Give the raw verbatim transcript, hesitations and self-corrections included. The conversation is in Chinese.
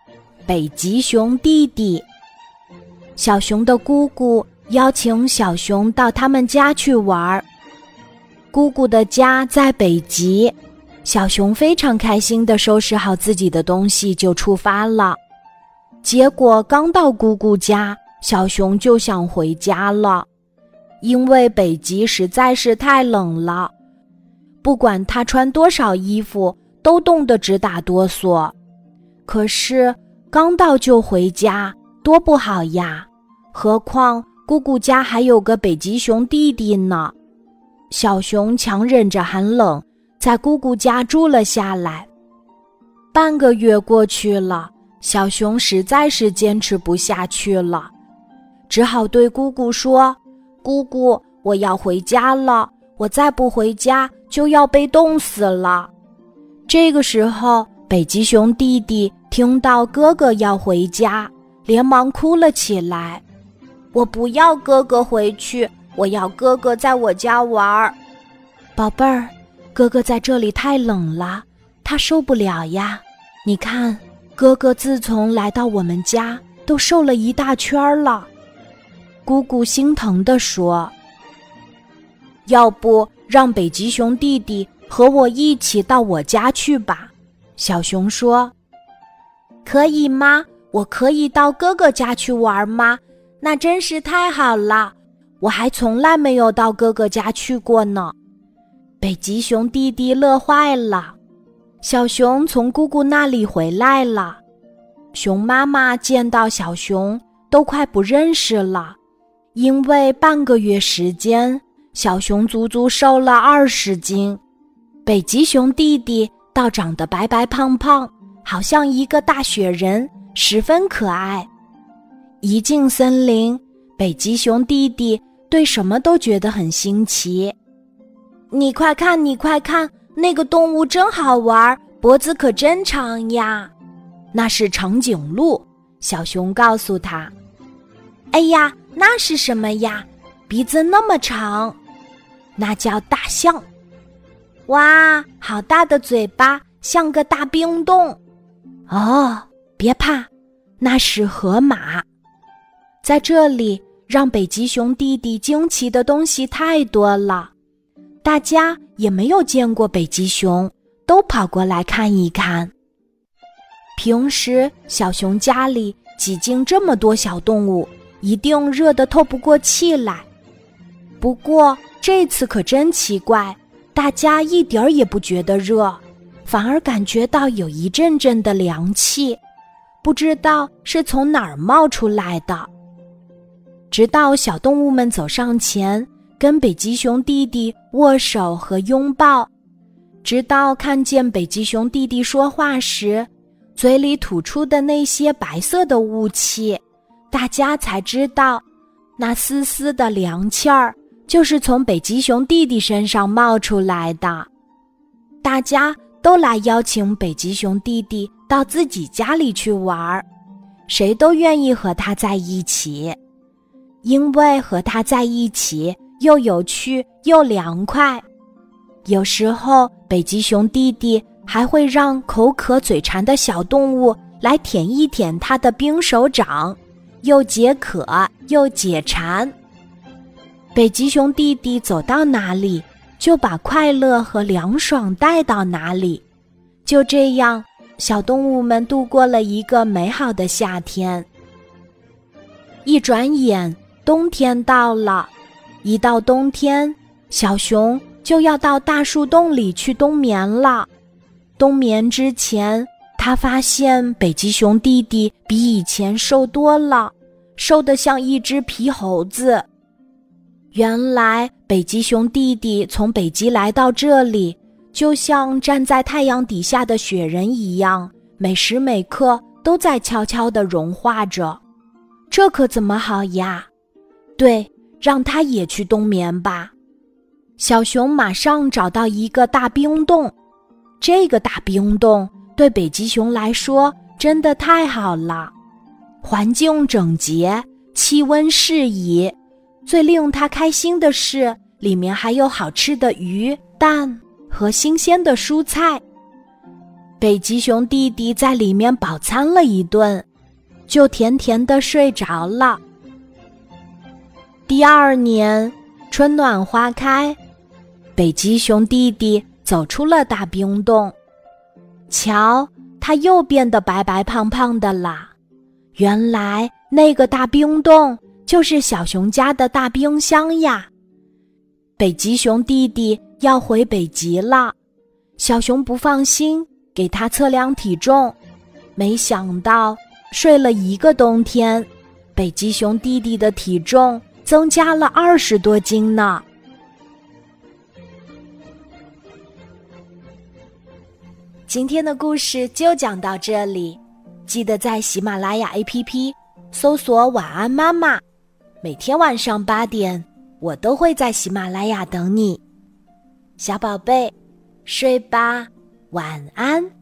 北极熊弟弟。小熊的姑姑邀请小熊到他们家去玩，姑姑的家在北极，小熊非常开心地收拾好自己的东西就出发了。结果刚到姑姑家，小熊就想回家了，因为北极实在是太冷了，不管他穿多少衣服都冻得直打哆嗦。可是刚到就回家，多不好呀，何况姑姑家还有个北极熊弟弟呢。小熊强忍着寒冷，在姑姑家住了下来。半个月过去了，小熊实在是坚持不下去了，只好对姑姑说：姑姑，我要回家了，我再不回家就要被冻死了。这个时候，北极熊弟弟听到哥哥要回家，连忙哭了起来：我不要哥哥回去，我要哥哥在我家玩。宝贝儿，哥哥在这里太冷了，他受不了呀。你看，哥哥自从来到我们家，都瘦了一大圈了。姑姑心疼地说：要不让北极熊弟弟和我一起到我家去吧。小熊说：可以吗？我可以到哥哥家去玩吗？那真是太好了，我还从来没有到哥哥家去过呢。北极熊弟弟乐坏了。小熊从姑姑那里回来了，熊妈妈见到小熊都快不认识了，因为半个月时间，小熊足足瘦了二十斤。北极熊弟弟倒长得白白胖胖，好像一个大雪人，十分可爱。一进森林，北极熊弟弟对什么都觉得很新奇。你快看，你快看，那个动物真好玩，脖子可真长呀。那是长颈鹿，小熊告诉他。哎呀，那是什么呀？鼻子那么长。那叫大象。哇，好大的嘴巴，像个大冰洞。哦，别怕，那是河马。在这里，让北极熊弟弟惊奇的东西太多了，大家也没有见过北极熊，都跑过来看一看。平时小熊家里挤进这么多小动物，一定热得透不过气来。不过这次可真奇怪，大家一点儿也不觉得热，反而感觉到有一阵阵的凉气，不知道是从哪儿冒出来的。直到小动物们走上前，跟北极熊弟弟握手和拥抱，直到看见北极熊弟弟说话时，嘴里吐出的那些白色的雾气，大家才知道，那丝丝的凉气儿就是从北极熊弟弟身上冒出来的。大家都来邀请北极熊弟弟到自己家里去玩，谁都愿意和他在一起，因为和他在一起又有趣又凉快。有时候北极熊弟弟还会让口渴嘴馋的小动物来舔一舔他的冰手掌，又解渴又解馋。北极熊弟弟走到哪里，就把快乐和凉爽带到哪里。就这样，小动物们度过了一个美好的夏天。一转眼，冬天到了。一到冬天，小熊就要到大树洞里去冬眠了。冬眠之前，他发现北极熊弟弟比以前瘦多了，瘦得像一只皮猴子。原来北极熊弟弟从北极来到这里，就像站在太阳底下的雪人一样，每时每刻都在悄悄地融化着。这可怎么好呀？对，让他也去冬眠吧。小熊马上找到一个大冰洞，这个大冰洞对北极熊来说真的太好了，环境整洁，气温适宜，最令他开心的是，里面还有好吃的鱼、蛋和新鲜的蔬菜。 北极熊弟弟在里面饱餐了一顿，就甜甜地睡着了。第二年，春暖花开，北极熊弟弟走出了大冰洞。瞧，他又变得白白胖胖的啦。原来那个大冰洞就是小熊家的大冰箱呀。北极熊弟弟要回北极了，小熊不放心，给他测量体重。没想到睡了一个冬天，北极熊弟弟的体重增加了二十多斤呢。今天的故事就讲到这里，记得在喜马拉雅 A P P 搜索晚安妈妈，每天晚上八点，我都会在喜马拉雅等你。小宝贝，睡吧，晚安。